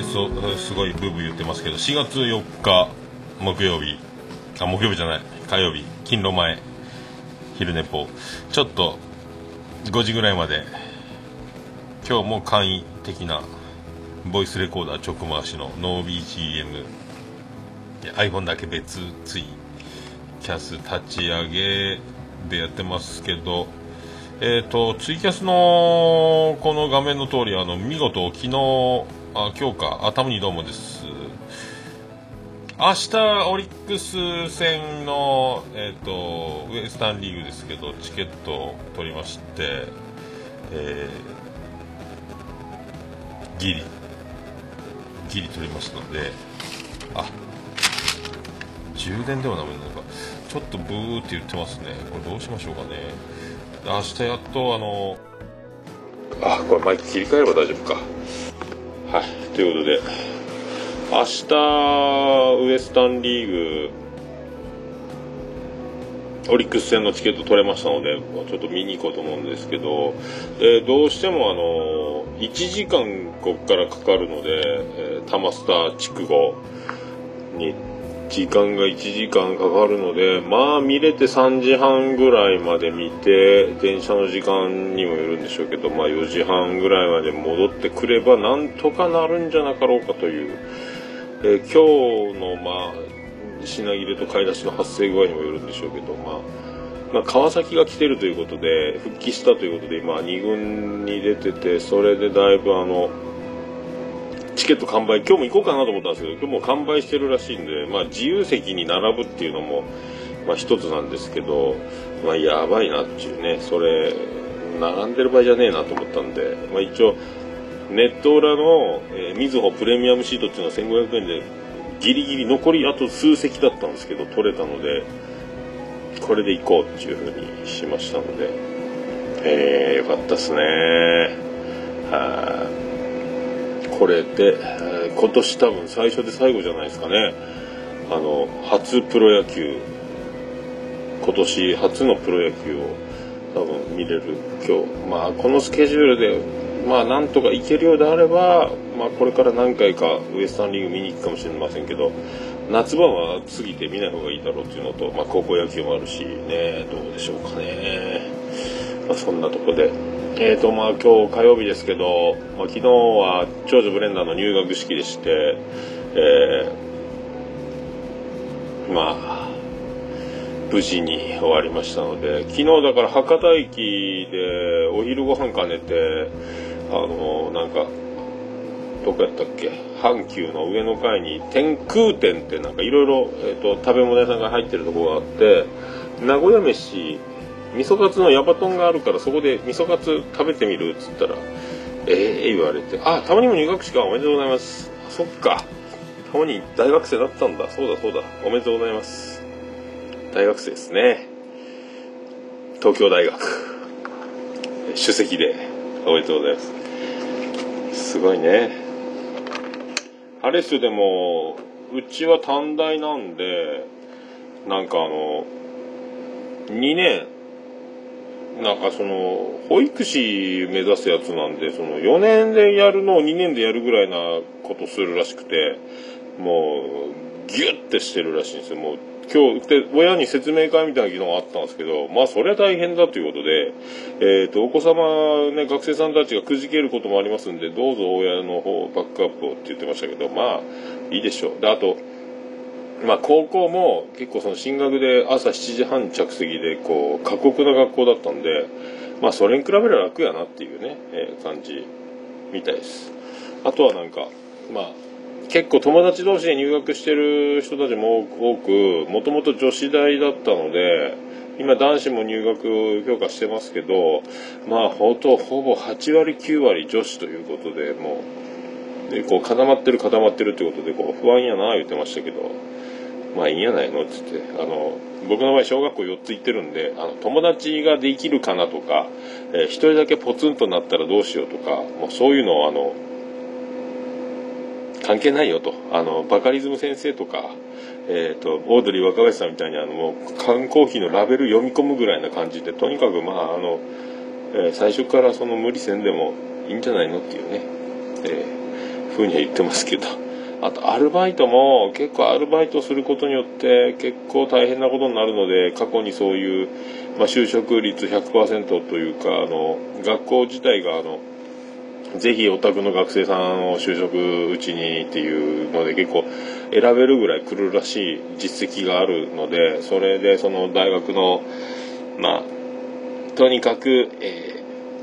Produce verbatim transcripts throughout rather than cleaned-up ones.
そすごいブーブー言ってますけど、しがつよっか木曜日、あ木曜日じゃない火曜日、勤労前昼寝ぽ、ちょっとごじぐらいまで今日も簡易的なボイスレコーダー直回しのノー ビージーエム、 iPhone だけ別ツイキャス立ち上げでやってますけど、えーとツイキャスのこの画面の通り、あの見事昨日あ今日かあたまにどうもです。明日オリックス戦の、えーとウエスタンリーグですけど、チケットを取りまして、えー、ギリギリ取りましたので、あ充電ではダメなのか、ちょっとブーって言ってますね。これどうしましょうかね。明日やっとあのあこれマイク切り替えれば大丈夫か。はい、ということで明日ウエスタンリーグオリックス戦のチケット取れましたので、ちょっと見に行こうと思うんですけど、えー、どうしてもあのいちじかんこっからかかるので、えー、タマスタ筑後に時間がいちじかんかかるので、まあ見れてさんじはんぐらいまで見て、電車の時間にもよるんでしょうけど、まあよじはんぐらいまで戻ってくればなんとかなるんじゃなかろうかという、えー、今日のまあ品切れと買い出しの発生具合にもよるんでしょうけど、まあ、まあ川崎が来てるということで復帰したということで今に軍に出てて、それでだいぶあのチケット完売、今日も行こうかなと思ったんですけど、今日も完売してるらしいんで、まあ自由席に並ぶっていうのもまあ一つなんですけど、まあやばいなっていうね、それ並んでる場合じゃねえなと思ったんで、まあ一応ネット裏の、えー、みずほプレミアムシートっていうのはせんごひゃくえんでギリギリ残りあと数席だったんですけど取れたので、これで行こうっていう風にしましたので、えー、よかったですね。はこれで、えー、今年多分最初で最後じゃないですかね。あの初プロ野球、今年初のプロ野球を多分見れる今日、まあこのスケジュールでまあなんとか行けるようであれば、まあこれから何回かウエスタンリーグ見に行くかもしれませんけど、夏場は過ぎて見ない方がいいだろうっていうのと、まあ高校野球もあるしね、どうでしょうかね。まあそんなとこで。えーとまあ今日火曜日ですけど、まあ、昨日は長女ブレンダーの入学式でして、えー、まあ無事に終わりましたので、昨日だから博多駅でお昼ご飯兼ねて、あのなんかどこやったっけ、阪急の上の階に天空店ってなんかいろいろ食べ物屋さんが入ってるところがあって、名古屋飯味噌カツのヤバトンがあるからそこで味噌カツ食べてみるっつったら、ええー、言われて、あ、たまにも入学式か、おめでとうございます。あ、そっか、たまに大学生だったんだ、そうだそうだ、おめでとうございます。大学生ですね。東京大学首席でおめでとうございます。すごいね。あれっす。でもうちは短大なんで、なんかあのにねんなんかその保育士目指すやつなんで、そのよねんでやるのをにねんでやるぐらいなことするらしくて、もうギュッてしてるらしいんですよ。もう今日で親に説明会みたいな機能があったんですけど、まあそれは大変だということで、えっとお子様ね、学生さんたちがくじけることもありますんで、どうぞ親の方バックアップをって言ってましたけど、まあいいでしょう。であとまあ高校も結構その進学で朝しちじはん着席でこう過酷な学校だったんで、まあそれに比べれば楽やなっていうね、えー、感じみたいです。あとはなんかまあ結構友達同士で入学してる人たちも多く、もともと女子大だったので、今男子も入学強化してますけど、まあほとほぼはちわりきゅうわり女子ということで、もうでこう固まってる固まってるってことでこう不安やな言ってましたけど、まあいいんやないのって言って、あの僕の場合小学校よっつ行ってるんで、あの友達ができるかなとか、えー、一人だけポツンとなったらどうしようとか、もうそういうのをあの関係ないよと、あのバカリズム先生とか、えー、とオードリー若林さんみたいにあのもう缶コーヒーのラベル読み込むぐらいな感じで、とにかくまああの、えー、最初からその無理せんでもいいんじゃないのっていうね、えー、 風には言ってますけど、あとアルバイトも結構アルバイトすることによって結構大変なことになるので、過去にそういう、まあ、就職率 ひゃくパーセント というか、あの学校自体があのぜひお宅の学生さんを就職うちにっていうので結構選べるぐらい来るらしい実績があるので、それでその大学のまあとにかく、え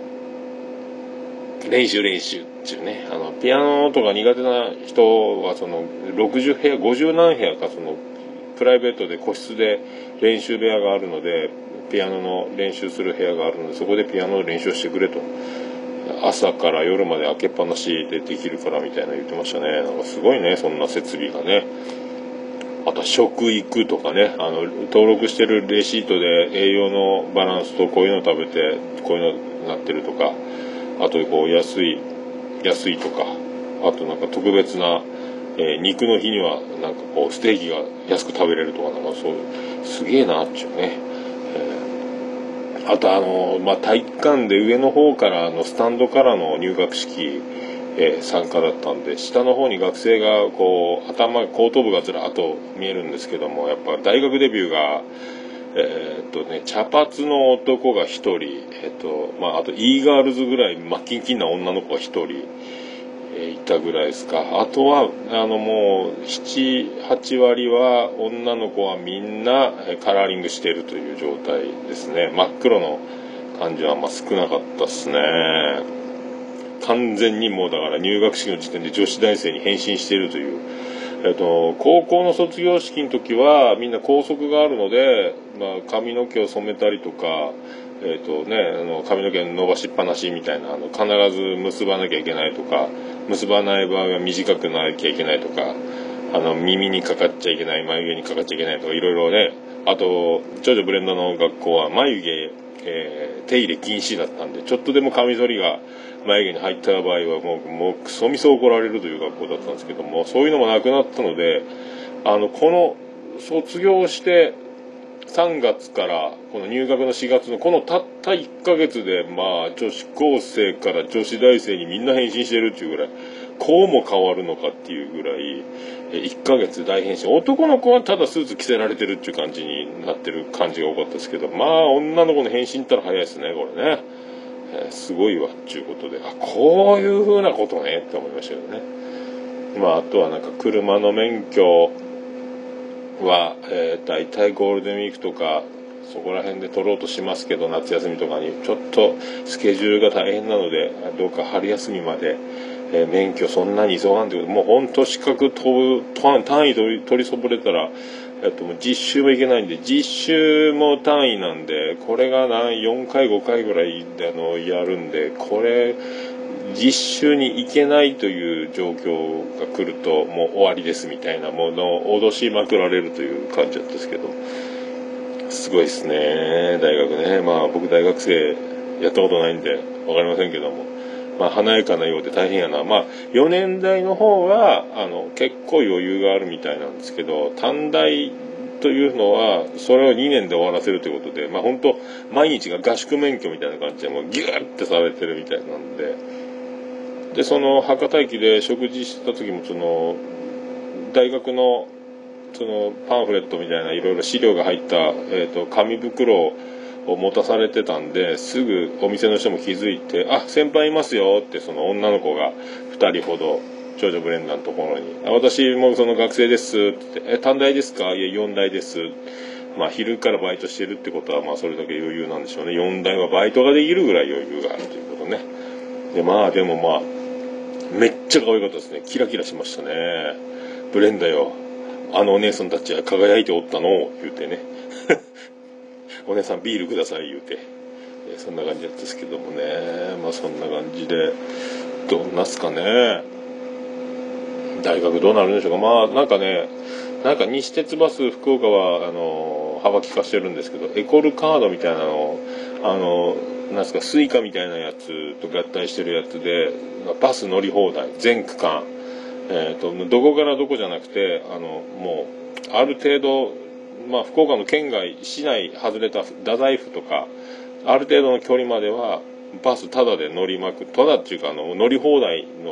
ー、練習練習っていうね、あのピアノとか苦手な人はそのろくじゅう部屋ごじゅう何部屋かそのプライベートで個室で練習部屋があるので、ピアノの練習する部屋があるので、そこでピアノの練習をしてくれと、朝から夜まで開けっぱなしでできるからみたいな言ってましたね。なんかすごいね、そんな設備がね。あとは食育とかね、あの登録してるレシートで栄養のバランスとこういうの食べてこういうのになってるとか、あとこう安い安いとか、あとなんか特別な、えー、肉の日にはなんかこうステーキが安く食べれるとか、なんかそうすげえなっちゅうね。えー、あとあの、まあ、体育館で上の方からのスタンドからの入学式、えー、参加だったんで、下の方に学生がこう頭後頭部がずらっと見えるんですけども、やっぱ大学デビューがえーっとね、茶髪の男が一人、えーっとまあ、あと e ガールズぐらいマッキンキンな女の子が一人、えー、いたぐらいですか。あとはあのもうななはち割は女の子はみんなカラーリングしているという状態ですね。真っ黒の感じはまあ少なかったですね。完全にもうだから入学式の時点で女子大生に変身しているという。えっと、高校の卒業式の時はみんな校則があるので、まあ、髪の毛を染めたりとか、えっとね、あの髪の毛伸ばしっぱなしみたいな、あの必ず結ばなきゃいけないとか、結ばない場合は短くなきゃいけないとか、あの耳にかかっちゃいけない、眉毛にかかっちゃいけないとか、いろいろね。あと長女ブレンダーの学校は眉毛、えー、手入れ禁止だったんで、ちょっとでもカミソリが眉毛に入った場合はもう、もうクソみそ怒られるという学校だったんですけども、そういうのもなくなったので、あのこの卒業してさんがつからこの入学のしがつのこのたったいっかげつで、まあ女子高生から女子大生にみんな変身してるっていうぐらい、こうも変わるのかっていうぐらいいっかげつ大変身。男の子はただスーツ着せられてるっていう感じになってる感じが多かったですけど、まあ女の子の変身ったら早いですね、これね。えー、すごいわっていうことで、あ、こういう風なことねって思いましたけどね。まああとはなんか車の免許は、えー、大体ゴールデンウィークとかそこら辺で取ろうとしますけど、夏休みとかにちょっとスケジュールが大変なので、どうか春休みまで、えー、免許そんなに急がんで、もう本当資格と単位取り、取りそぼれたら、えっと、もう実習もいけないんで、実習も単位なんで、これが何よんかいごかいぐらいであのやるんで、これ実習に行けないという状況が来るともう終わりですみたいなものを脅しまくられるという感じだったんですけど、すごいですね、大学ね。まあ僕大学生やったことないんで分かりませんけども、まあ華やかなようで大変やな。まあよねん代の方はあの結構余裕があるみたいなんですけど、短大というのはそれをにねんで終わらせるということで、まあ本当毎日が合宿免許みたいな感じでもうギューってされてるみたいなんで、でその博多駅で食事した時もその大学のそのパンフレットみたいないろいろ資料が入った、えーと、紙袋を持たされてたんで、すぐお店の人も気づいて、あ、先輩いますよって、その女の子がふたりほど長女ブレンダーのところに、私もその学生ですって、え、短大ですか？いやよん大です。まあ昼からバイトしてるってことはまあそれだけ余裕なんでしょうね。よん大はバイトができるぐらい余裕があるということね。でまあでもまあめっちゃ可愛かったですね。キラキラしましたね。ブレンダーよ、あのお姉さんたちは輝いておったのを言うてねお姉さんビールください言うて、そんな感じだったですけどもね。まあそんな感じでどうなんすかね、大学どうなるんでしょうか。まあなんかね、なんか西鉄バス福岡はあの幅利かしてるんですけど、エコルカードみたいなのをあのなんすかスイカみたいなやつと合体してるやつでバス乗り放題全区間、えー、とどこからどこじゃなくて、あのもうある程度、まあ、福岡の県外市内外れた太宰府とかある程度の距離まではバスタダで乗りまくただっていうかあの乗り放題の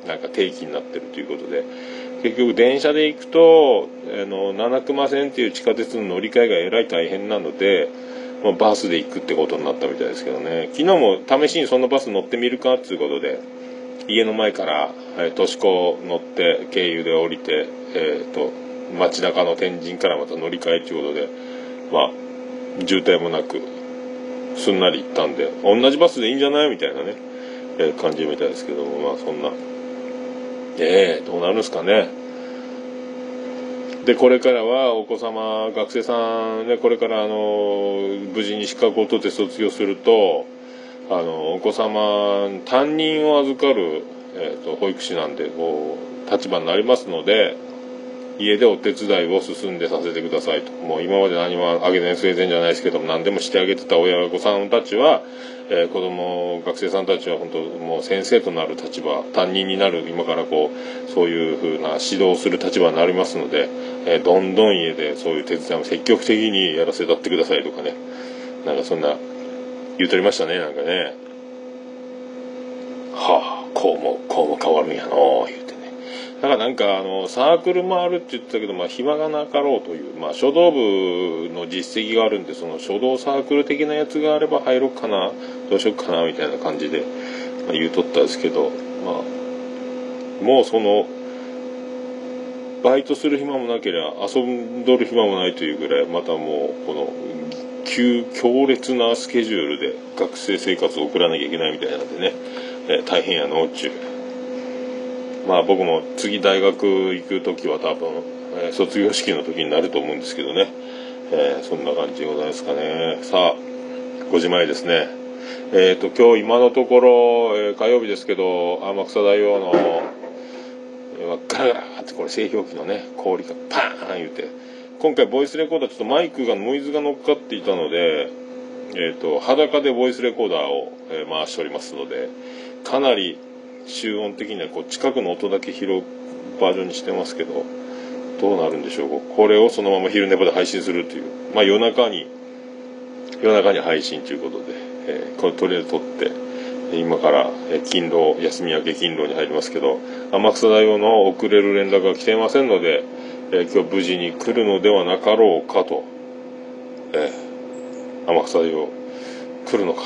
なんか定期になってるということで、結局電車で行くとあの七熊線っていう地下鉄の乗り換えがえらい大変なので、まあ、バスで行くってことになったみたいですけどね。昨日も試しにそのバス乗ってみるかっていうことで、家の前から都市高乗って経由で降りて、えー、と街中の天神からまた乗り換えということで、まあ渋滞もなくすんなり行ったんで、同じバスでいいんじゃないみたいなね、えー、感じみたいですけども、まあそんなえー、どうなるんですかね。でこれからはお子様学生さんね、これからあの無事に資格を取って卒業すると、あのお子様担任を預かる、えー、と保育士なんでこう立場になりますので、家でお手伝いを進んでさせてくださいと。もう今まで何もあげない据え前じゃないですけども、何でもしてあげてた親御さんたちは、えー、子供学生さんたちは本当もう先生となる立場、担任になる、今からこうそういう風な指導する立場になりますので、えー、どんどん家でそういう手伝いを積極的にやらせたってくださいとかね、なんかそんな言うとりましたね。なんかね、はあこうもこうも変わるんやの言うてね。だからなんかあのサークル回るって言ってたけど、まあ暇がなかろうという、まあ書道部の実績があるんで、その書道サークル的なやつがあれば入ろうかな、どうしようかなみたいな感じで、まあ、言うとったんですけど、まあもうそのバイトする暇もなければ遊んどる暇もないというぐらい、またもうこの急強烈なスケジュールで学生生活を送らなきゃいけないみたいなんでね、えー、大変やのっちゅう。まあ僕も次大学行く時は多分、えー、卒業式の時になると思うんですけどね、えー、そんな感じでございますかね。さあごじまえですね。えっと今日今のところ、えー、火曜日ですけど、天草大王の、えー、ガラガラってこれ製氷機のね氷がパーン言うて、今回ボイスレコーダーちょっとマイクがノイズが乗っかっていたので、えー、と裸でボイスレコーダーを、えー、回しておりますので、かなり集音的にはこう近くの音だけ拾うバージョンにしてますけど、どうなるんでしょう。これをそのまま昼寝場で配信するという、まあ夜中に夜中に配信ということで、えー、これとりあえず撮って今から、えー、勤労休み明け勤労に入りますけど、天草大王の遅れる連絡が来ていませんので、えー、今日無事に来るのではなかろうかと、えー、天草大王来るのか、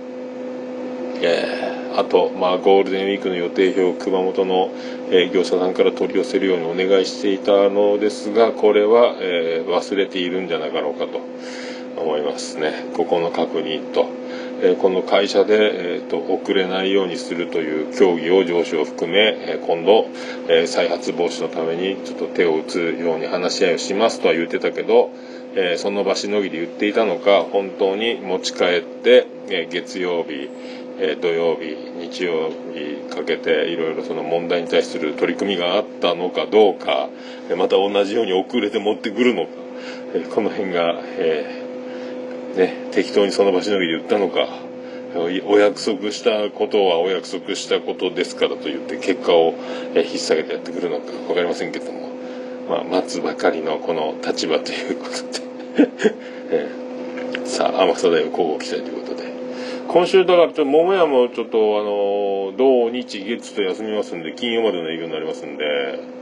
えー、あと、まあ、ゴールデンウィークの予定表を熊本の、えー、業者さんから取り寄せるようにお願いしていたのですが、これは、えー、忘れているんじゃなかろうかと思いますね。ここの確認と、えー、この会社で、えー、と遅れないようにするという協議を上司を含め、えー、今度、えー、再発防止のためにちょっと手を打つように話し合いをしますとは言ってたけど、えー、その場しのぎで言っていたのか、本当に持ち帰って、えー、月曜日、えー、土曜日、日曜日かけていろいろその問題に対する取り組みがあったのかどうか、えー、また同じように遅れて持ってくるのか、えー、この辺が、えーね、適当にその場しのぎで言ったのか、お約束したことはお約束したことですからと言って結果を、えー、引っ提げてやってくるのか分かりませんけども、まあ、待つばかりのこの立場ということで、えー、さあ天草大を交互期待ということで、今週だからちょっと桃屋もちょっとあの土日月と休みますんで、金曜までの営業になりますんで、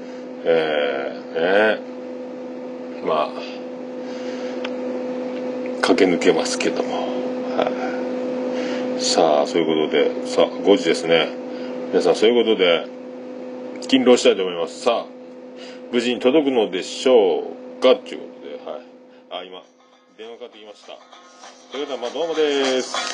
えー、ねまあ駆け抜けますけども、はい、さあそういうことで、さあごじですね。皆さんそういうことで勤労したいと思います。さあ無事に届くのでしょうかということで、はい、あ今電話かかってきました。ということでまあどうもです。